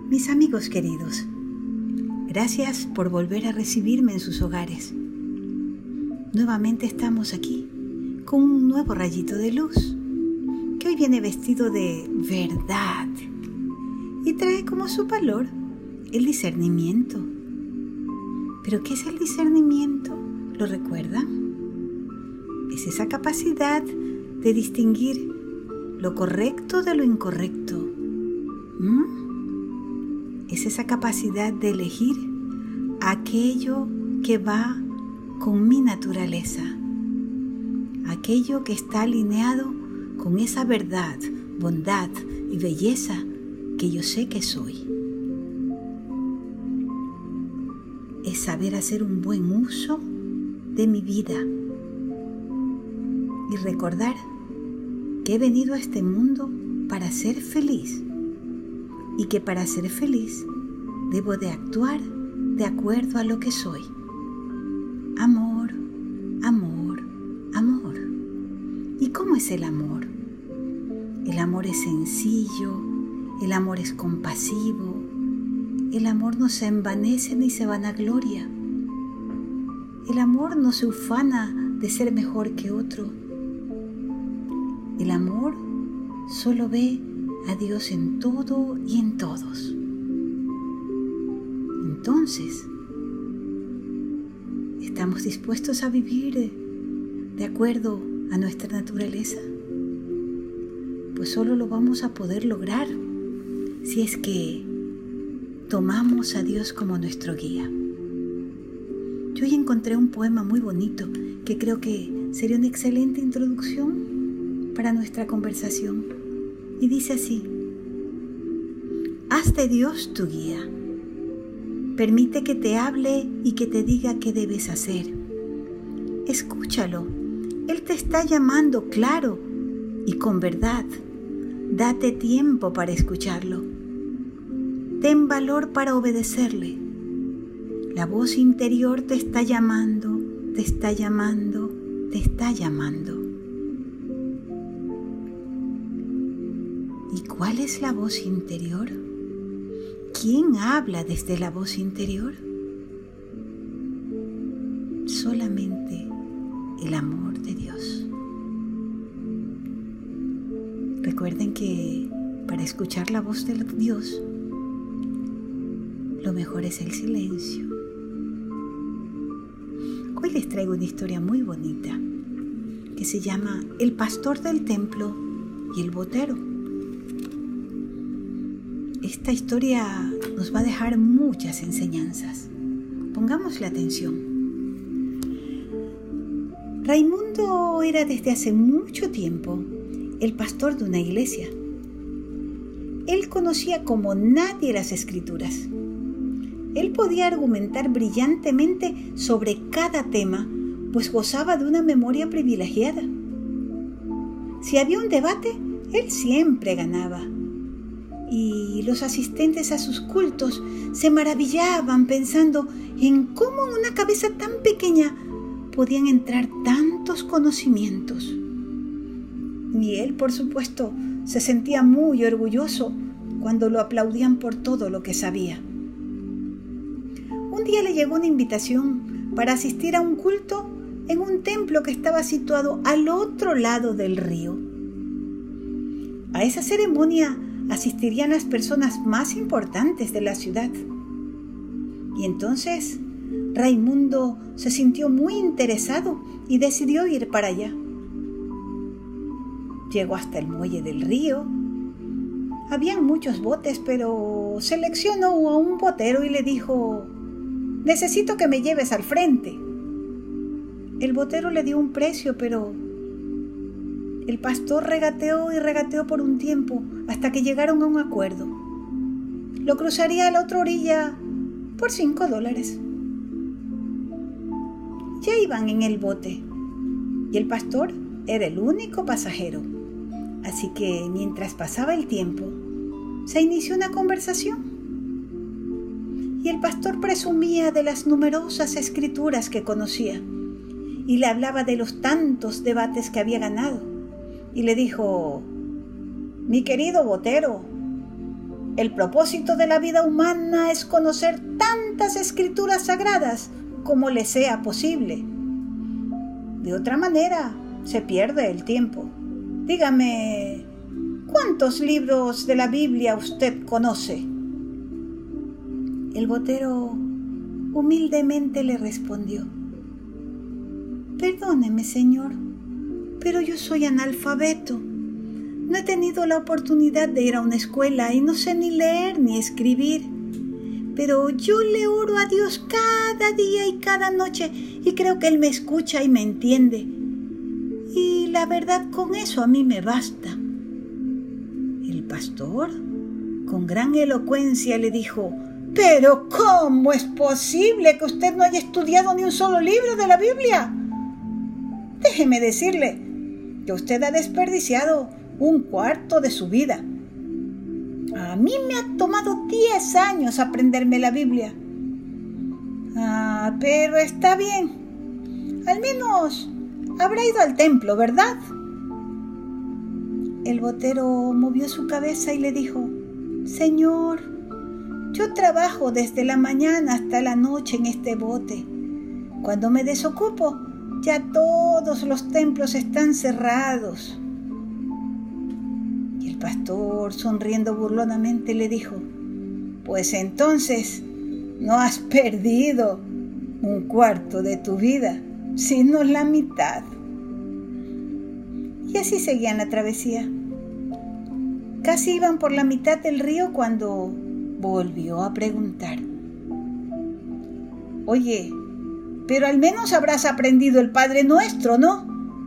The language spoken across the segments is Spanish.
Mis amigos queridos, gracias por volver a recibirme en sus hogares. Nuevamente estamos aquí con un nuevo rayito de luz que hoy viene vestido de verdad y trae como su valor el discernimiento. ¿Pero qué es el discernimiento? ¿Lo recuerdan? Es esa capacidad de distinguir lo correcto de lo incorrecto. Es esa capacidad de elegir aquello que va con mi naturaleza, aquello que está alineado con esa verdad, bondad y belleza que yo sé que soy. Es saber hacer un buen uso de mi vida y recordar que he venido a este mundo para ser feliz y que para ser feliz debo de actuar de acuerdo a lo que soy. Amor, amor, amor. ¿Y cómo es el amor? El amor es sencillo, el amor es compasivo, el amor no se envanece ni se vanagloria. El amor no se ufana de ser mejor que otro. El amor solo ve a Dios en todo y en todos. Entonces, ¿estamos dispuestos a vivir de acuerdo a nuestra naturaleza? Pues solo lo vamos a poder lograr si es que tomamos a Dios como nuestro guía. Yo hoy encontré un poema muy bonito que creo que sería una excelente introducción para nuestra conversación. Y dice así: haz de Dios tu guía. Permite que te hable y que te diga qué debes hacer. Escúchalo. Él te está llamando claro y con verdad. Date tiempo para escucharlo. Ten valor para obedecerle. La voz interior te está llamando, te está llamando, te está llamando. ¿Y cuál es la voz interior? ¿Quién habla desde la voz interior? Solamente el amor de Dios. Recuerden que para escuchar la voz de Dios, lo mejor es el silencio. Hoy les traigo una historia muy bonita que se llama El pastor del templo y el botero. Esta historia nos va a dejar muchas enseñanzas. Pongámosle atención. Raimundo era desde hace mucho tiempo el pastor de una iglesia. Él conocía como nadie las Escrituras. Él podía argumentar brillantemente sobre cada tema, pues gozaba de una memoria privilegiada. Si había un debate, él siempre ganaba. Y los asistentes a sus cultos se maravillaban pensando en cómo en una cabeza tan pequeña podían entrar tantos conocimientos. Y él, por supuesto, se sentía muy orgulloso cuando lo aplaudían por todo lo que sabía. Un día le llegó una invitación para asistir a un culto en un templo que estaba situado al otro lado del río. A esa ceremonia asistirían las personas más importantes de la ciudad. Y entonces Raimundo se sintió muy interesado y decidió ir para allá. Llegó hasta el muelle del río. Habían muchos botes, pero seleccionó a un botero y le dijo: necesito que me lleves al frente. El botero le dio un precio, pero el pastor regateó y regateó por un tiempo hasta que llegaron a un acuerdo. Lo cruzaría a la otra orilla por $5. Ya iban en el bote y el pastor era el único pasajero. Así que mientras pasaba el tiempo, se inició una conversación. Y el pastor presumía de las numerosas escrituras que conocía y le hablaba de los tantos debates que había ganado. Y le dijo: mi querido botero, El propósito de la vida humana es conocer tantas escrituras sagradas como le sea posible. De otra manera, se pierde el tiempo. Dígame, ¿cuántos libros de la Biblia usted conoce? El botero humildemente le respondió: Perdóneme, señor, pero yo soy analfabeto. No he tenido la oportunidad de ir a una escuela y no sé ni leer ni escribir. Pero yo le oro a Dios cada día y cada noche y creo que Él me escucha y me entiende. Y la verdad, con eso a mí me basta. El pastor, con gran elocuencia, le dijo: ¿Pero cómo es posible que usted no haya estudiado ni un solo libro de la Biblia? Déjeme decirle que usted ha desperdiciado un cuarto de su vida. A mí me ha tomado 10 años aprenderme la Biblia. Pero está bien. Al menos habrá ido al templo, ¿verdad? El botero movió su cabeza y le dijo: Señor, yo trabajo desde la mañana hasta la noche en este bote. Cuando me desocupo, ya todos los templos están cerrados. Y el pastor, sonriendo burlonamente, le dijo: Pues entonces no has perdido un cuarto de tu vida, sino la mitad. Y así seguían la travesía. Casi iban por la mitad del río cuando volvió a preguntar: Oye, pero al menos habrás aprendido el Padre Nuestro, ¿no?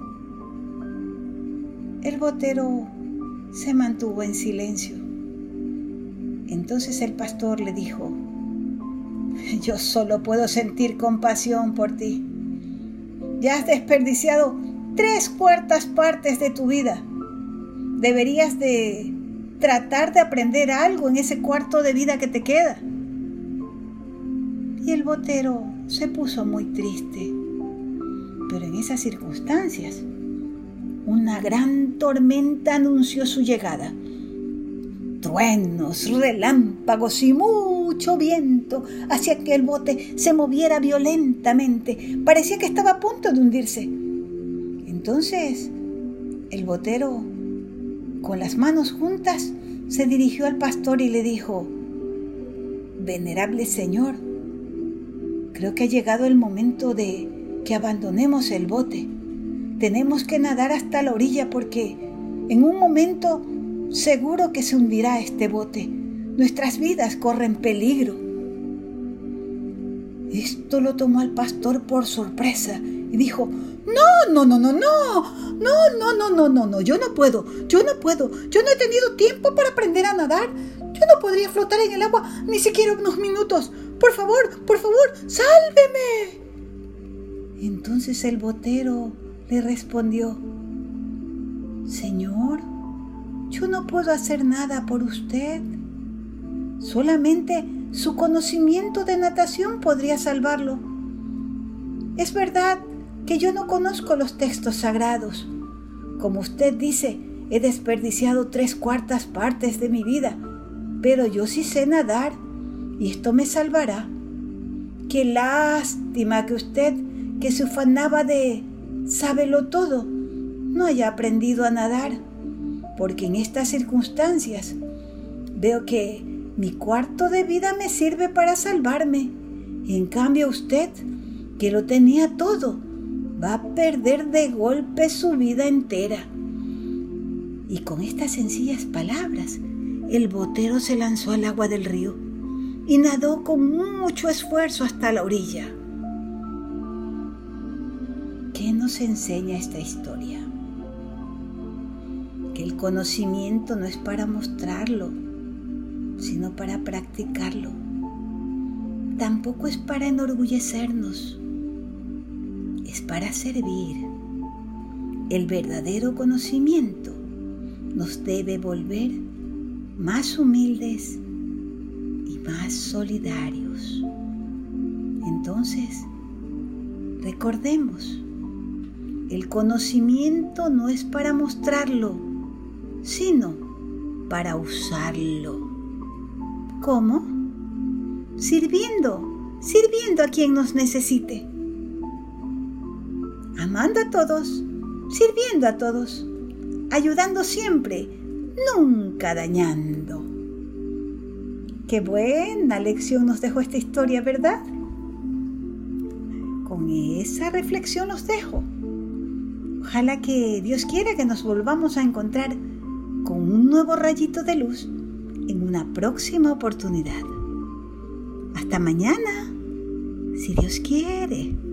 El botero se mantuvo en silencio. Entonces el pastor le dijo: Yo solo puedo sentir compasión por ti. Ya has desperdiciado 3/4 partes de tu vida. Deberías de tratar de aprender algo en ese cuarto de vida que te queda. Y el botero se puso muy triste. Pero en esas circunstancias, una gran tormenta anunció su llegada. Truenos, relámpagos y mucho viento hacía que el bote se moviera violentamente. Parecía que estaba a punto de hundirse. Entonces, el botero, con las manos juntas, se dirigió al pastor y le dijo: Venerable señor, creo que ha llegado el momento de que abandonemos el bote. Tenemos que nadar hasta la orilla porque en un momento seguro que se hundirá este bote. Nuestras vidas corren peligro. Esto lo tomó al pastor por sorpresa y dijo: No, yo no puedo. Yo no he tenido tiempo para aprender a nadar. Yo no podría flotar en el agua ni siquiera unos minutos. Por favor, sálveme. Entonces el botero le respondió: Señor, yo no puedo hacer nada por usted. Solamente su conocimiento de natación podría salvarlo. Es verdad que yo no conozco los textos sagrados. Como usted dice, he desperdiciado 3/4 partes de mi vida, pero yo sí sé nadar y esto me salvará. Qué lástima que usted, que se ufanaba de sábelo todo, no haya aprendido a nadar, porque en estas circunstancias veo que mi cuarto de vida me sirve para salvarme. En cambio usted, que lo tenía todo, va a perder de golpe su vida entera. Y con estas sencillas palabras, el botero se lanzó al agua del río y nadó con mucho esfuerzo hasta la orilla. ¿Qué nos enseña esta historia? Que el conocimiento no es para mostrarlo, sino para practicarlo. Tampoco es para enorgullecernos, es para servir. El verdadero conocimiento nos debe volver más humildes y más solidarios. Entonces, recordemos, el conocimiento no es para mostrarlo, sino para usarlo. ¿Cómo? Sirviendo a quien nos necesite. Amando a todos, sirviendo a todos, ayudando siempre, nunca dañando. Qué buena lección nos dejó esta historia, ¿verdad? Con esa reflexión los dejo. Ojalá que Dios quiera que nos volvamos a encontrar con un nuevo rayito de luz en una próxima oportunidad. Hasta mañana, si Dios quiere.